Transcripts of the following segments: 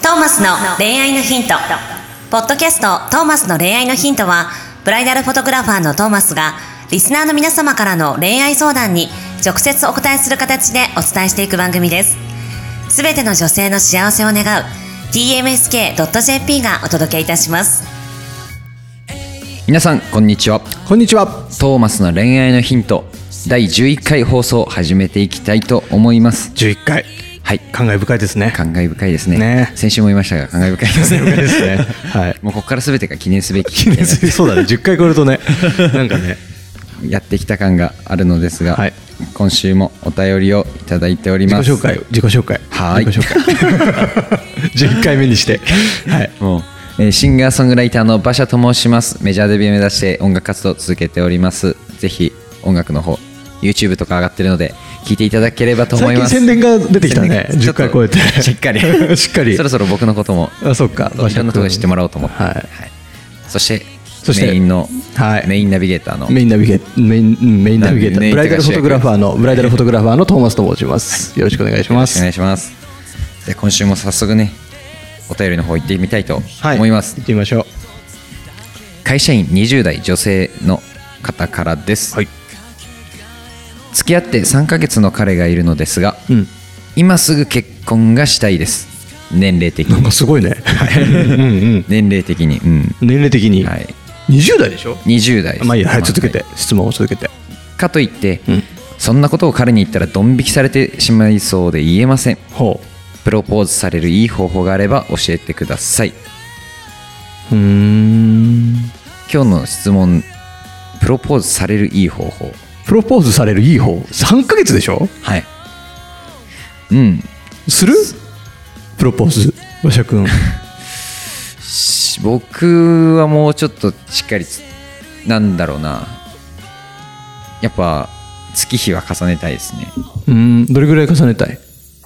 トーマスの恋愛のヒント。ポッドキャストトーマスの恋愛のヒントは、ブライダルフォトグラファーのトーマスがリスナーの皆様からの恋愛相談に直接お答えする形でお伝えしていく番組です。すべての女性の幸せを願う tmsk.jp がお届けいたします。 皆さんこんにちは。 こんにちは。 トーマスの恋愛のヒント第11回放送を始めていきたいと思います。 11回、 はい、 感慨深いですね。 感慨深いです ね。先週も言いましたが感慨深いですね。はい、もうここから全てが記念すべきそうだね、10回超えるとねなんかねやってきた感があるのですが、はい、今週もお便りをいただいております。 自己紹介はい、 11回目にして、はい、 もうシンガーソングライターの馬車と申します。メジャーデビュー目指して音楽活動を続けております。ぜひ音楽の方 YouTube とか上がってるので聞いていただければと思います。 最近宣伝が出てきたね。10回超えてしっかりそろそろ僕のこともいろんなところに知ってもらおうと思って、はいはい、そしてメインナビゲーターのメインナビゲーターブライダルフォトグラファーのトーマスと申します、はい、よろしくお願いします。 お願いします。で今週も早速ねお便りの方行ってみたいと思います。 はい、行ってみましょう。 会社員20代女性の方からです。はい、付き合って3ヶ月の彼がいるのですが、今すぐ結婚がしたいです。年齢的になんかすごいね年齢的に、 年齢的に、はい、20代でしょ。 20代です。 まあいいや、はい、続けて、質問を続けて。 かといって、そんなことを彼に言ったらドン引きされてしまいそうで言えません。プロポーズされるいい方法があれば教えてください。今日の質問、プロポーズされるいい方法。 プロポーズされるいい方3ヶ月でしょ。 はい、 するプロポーズ馬車くん僕はもうちょっとしっかりなんだろうな、やっぱ月日は重ねたいですね。 どれぐらい重ねたい？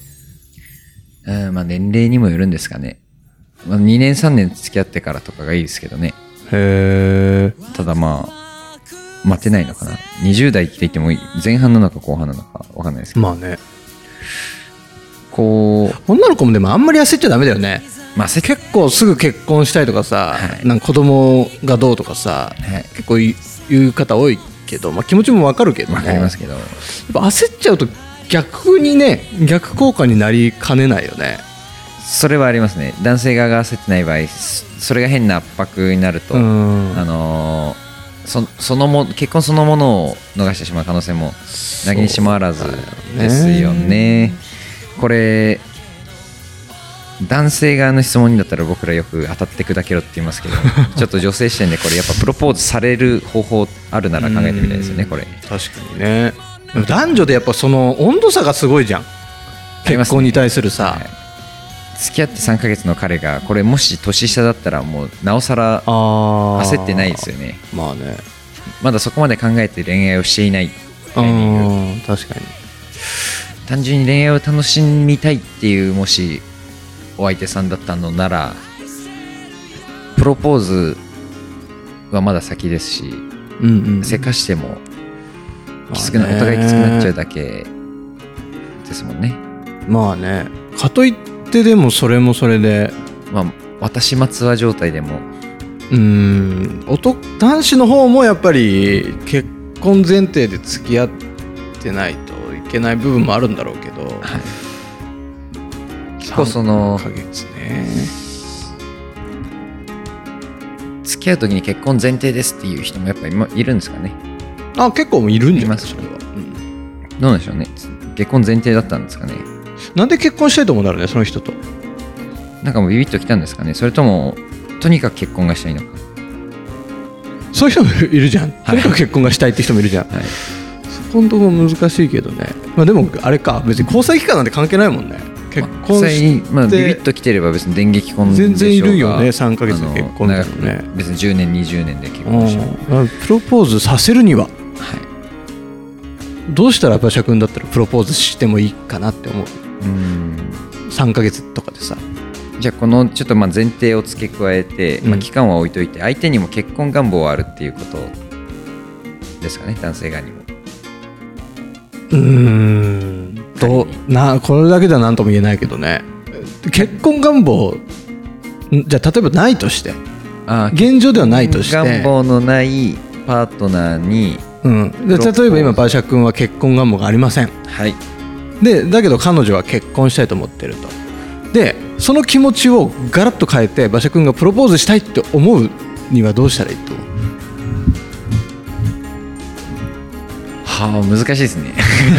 まあ年齢にもよるんですかね。2年3年付き合ってからとかがいいですけどね。ただまあ待てないのかな。20代って言っても前半なのか後半なのか分かんないですけど、 まあね、 こう女の子もでもあんまり焦っちゃダメだよね。 まあ、 結構すぐ結婚したいとかさ、はい、なんか子供がどうとかさ、はい、結構言う方多いけど、まあ、気持ちも分かるけども、 分かりますけど、 やっぱ焦っちゃうと逆にね、逆効果になりかねないよね。 それはありますね。男性側が焦ってない場合、それが変な圧迫になると、結婚そのものを逃してしまう可能性もなきにしもあらずですよね。これ男性側の質問にだったら僕らよく当たって砕けろって言いますけどちょっと女性視点でこれやっぱプロポーズされる方法あるなら考えてみたいですよね。これ確かにね。でも男女でやっぱその温度差がすごいじゃん、結婚に対するさ、はい、 付き合って3ヶ月の彼がこれもし年下だったらもうなおさら焦ってないですよね。 まあね、 まだそこまで考えて恋愛をしていないタイミング。 確かに単純に恋愛を楽しみたいっていうもしお相手さんだったのならプロポーズはまだ先ですし、せかしてもお互いきつくなっちゃうだけですもんね。 まあね、かといってでもそれもそれで、 まあ、私松葉状態でも男子の方もやっぱり結婚前提で付き合ってないといけない部分もあるんだろうけど、はい、 結構その 3ヶ月ね、 付き合う時に結婚前提ですっていう人もやっぱりいるんですかね。 結構いるんじゃないですか。 どうなんでしょうね。結婚前提だったんですかね。 なんで結婚したいと思うんだろうね、その人と。 なんかもうビビッときたんですかね。それともとにかく結婚がしたいのか。 そういう人もいるじゃん、とにかく結婚がしたいって人もいるじゃん、はい、そこのところ難しいけどね。まあでもあれか、別に交際期間なんて関係ないもんね。結婚して、 ビビッときてれば別に電撃婚でしょうが、 全然いるよね。3ヶ月で結婚だよね。 別に10年20年で結婚しよう。 プロポーズさせるには、はい、どうしたら馬車君だったらプロポーズしてもいいかなって思う。3ヶ月とかでさ。 じゃあこのちょっとまあ前提を付け加えて、期間は置いといて相手にも結婚願望はあるっていうことですかね、男性側にも。 これだけでは何とも言えないけどね。 結婚願望じゃあ例えばないとして現状ではないとして願望のないパートナーに、 で例えば今馬車君は結婚願望がありません、 はい、 でだけど彼女は結婚したいと思ってると。でその気持ちをガラッと変えて馬車君がプロポーズしたいって思うにはどうしたらいいと思う？ はあ、難しいですね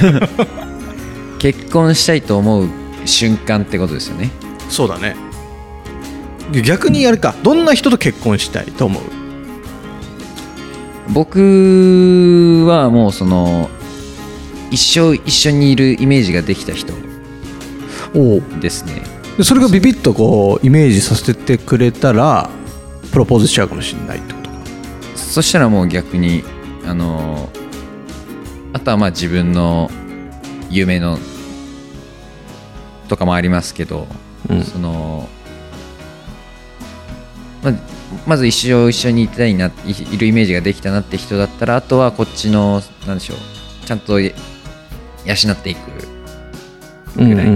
結婚したいと思う瞬間ってことですよね。 そうだね。逆にあれか、どんな人と結婚したいと思う？ 僕はもうその一生一緒にいるイメージができた人ですね。 それがビビッとこうイメージさせてくれたらプロポーズしちゃうかもしれないってことか。 そしたらもう逆にあとはまあ自分の夢のとかもありますけど、そのまず一生一緒にいたいな、いるイメージができたなって人だったら、あとはこっちのなんでしょう、ちゃんと養っていくぐらい、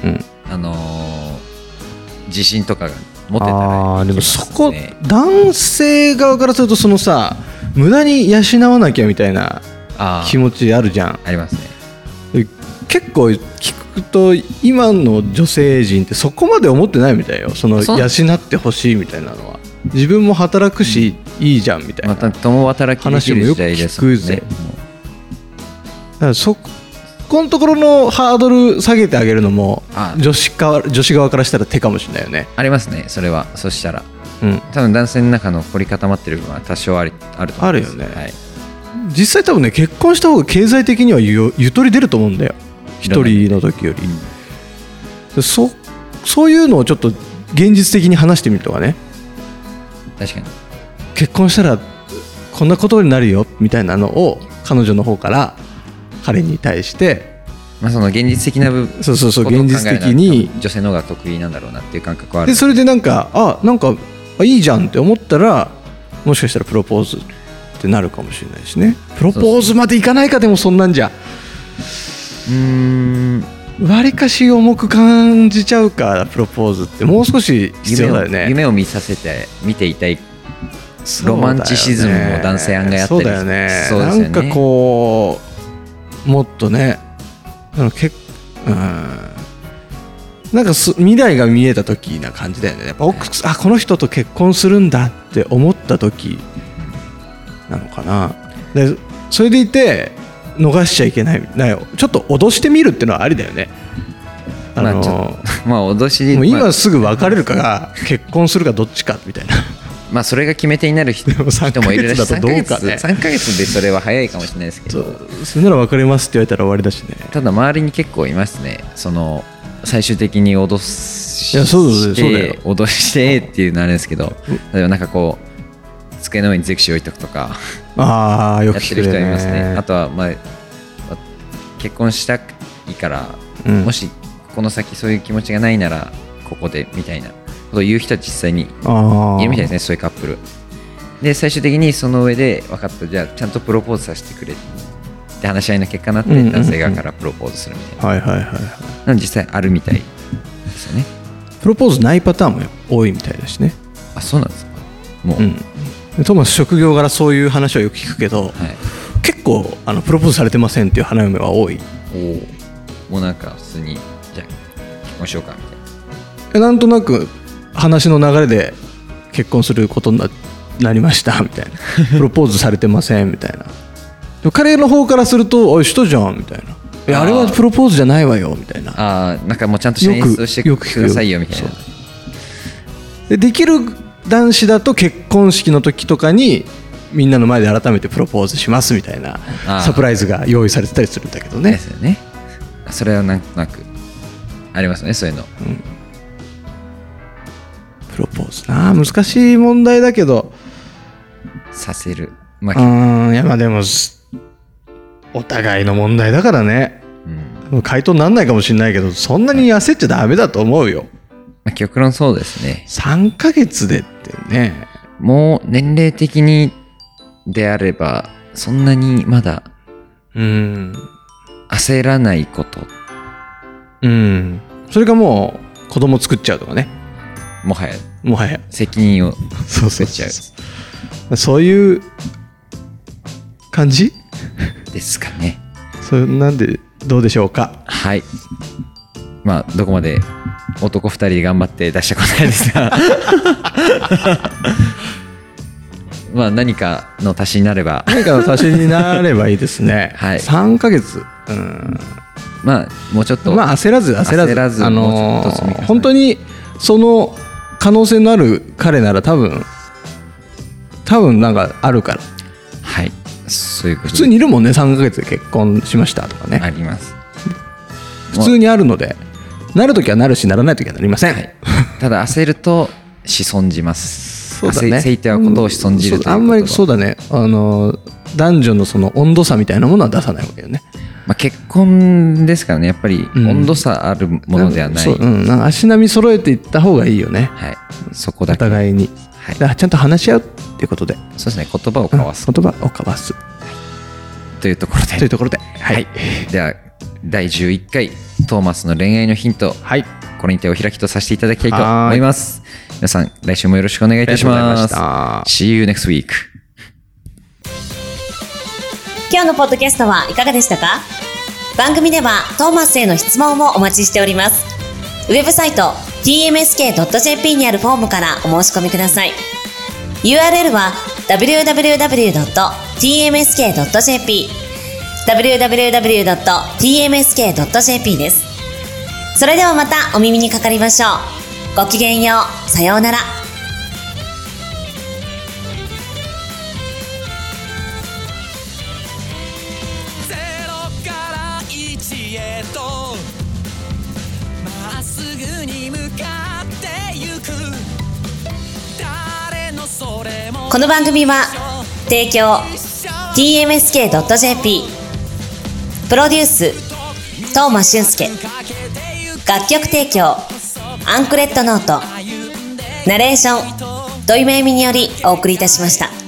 自信とかが持てたら、 でもそこ男性側からするとそのさ、無駄に養わなきゃみたいな気持ちあるじゃん。 ありますね。結構聞くと今の女性陣ってそこまで思ってないみたいよ。その養ってほしいみたいなのは、自分も働くしいいじゃんみたいな、 また共働きできる時代ですもんね。 だからそこのところのハードル下げてあげるのも女子側からしたら手かもしれないよね。 ありますね、それは。そしたら、多分男性の中の凝り固まってる部分は多少あると思います。 あるよね、はい、実際多分ね、結婚した方が経済的にはゆとり出ると思うんだよ、一人の時より。そういうのをちょっと現実的に話してみるとかね。 確かに結婚したらこんなことになるよみたいなのを彼女の方から彼に対して、 その現実的な部分、 そう現実的に女性の方が得意なんだろうなっていう感覚はある。 でそれでなんかいいじゃんって思ったら、もしかしたらプロポーズってなるかもしれないしね。プロポーズまでいかないか。でもそんなんじゃわりかし重く感じちゃうから、プロポーズってもう少し必要だよね。 夢を見ていたいロマンチシズムも男性案外あったり。 そうだよね。なんかこうもっとね、なんか未来が見えた時な感じだよね。やっぱこの人と結婚するんだって思った時なのかな。でそれでいて逃しちゃいけないなよ。ちょっと脅してみるっていうのはありだよね。 脅しでもう今すぐ別れるかが結婚するかどっちかみたいな。 それが決め手になる人もいるらしい。 3ヶ月だとどうかね。 3ヶ月でそれは早いかもしれないですけど、 それなら別れますって言われたら終わりだしね。 ただ周りに結構いますね、その最終的に脅してっていうのあるんですけど、例えばなんかこう机の上にゼクシー置いとくとかよく聞くね。 やってる人いますね。あとは結婚したいから、もしこの先そういう気持ちがないならここでみたいなことを言う人は実際にいるみたいですね、そういうカップルで。最終的にその上で分かった、じゃあちゃんとプロポーズさせてくれって話し合いの結果になって、男性側からプロポーズするみたいな、なので実際あるみたいですよね。 プロポーズないパターンも多いみたいだしね。 そうなんですか。もう、 トーマス職業柄そういう話はよく聞くけど、結構プロポーズされてませんっていう花嫁は多い。 もうなんか普通にじゃあ結婚しようかみたいな、 なんとなく話の流れで結婚することになりましたみたいなプロポーズされてませんみたいな。彼の方からするとおいしたじゃんみたいな、あれはプロポーズじゃないわよみたいな。 なんかもうちゃんと演出してくださいよみたいな。 できる男子だと結婚式の時とかにみんなの前で改めてプロポーズしますみたいなサプライズが用意されてたりするんだけどね。 ですよね。それはなんとなくありますね、そういうの。 プロポーズ難しい問題だけどさせる。 いやでもお互いの問題だからね。回答にならないかもしれないけど、そんなに焦っちゃダメだと思うよ。 極論そうですね。 3ヶ月でってね。 もう年齢的にであればそんなにまだ焦らないこと。 それがもう子供作っちゃうとかね、 もはや責任をそう取っちゃう。 そういう感じですかね。 なんでどうでしょうか。 はい。まあどこまで男2人で頑張って出した答えですがまあ何かの足しになれば何かの足しになればいいですね。 はい、 3ヶ月、 まあもうちょっと焦らず本当にその可能性のある彼なら多分なんかあるから。 はい、そういうこと。 普通にいるもんね、3ヶ月で結婚しましたとかね。 あります。 普通にあるので、なるときはなるし、ならないときはなりません。はい、 ただ焦ると仕損じます。 そうだね。 焦ってはことを仕損じるということ。 あんまりそうだね。男女のその温度差みたいなものは出さないわけよね。 まあ、結婚ですからね、やっぱり温度差あるものではない。 なんか足並み揃えていった方がいいよね。 はい。そこだけ。 お互いに。はい、だからちゃんと話し合うっていうことで。 そうですね。言葉を交わす。 言葉を交わす。 というところで。はい。では第11回トーマスの恋愛のヒント。はい。これにてお開きとさせていただきたいと思います。皆さん来週もよろしくお願いいたします。See you next week。 今日のポッドキャストはいかがでしたか？番組ではトーマスへの質問もお待ちしております。ウェブサイト tmsk.jp にあるフォームからお申し込みください。URL は www.tmsk.jp www.tmsk.jp です。それではまたお耳にかかりましょう。ごきげんよう。さようなら。 まっすぐに向かってゆく。誰のそれもこの番組は提供 tmsk.jp プロデュース東間俊介、楽曲提供アンクレットノート、ナレーション土井めいみによりお送りいたしました。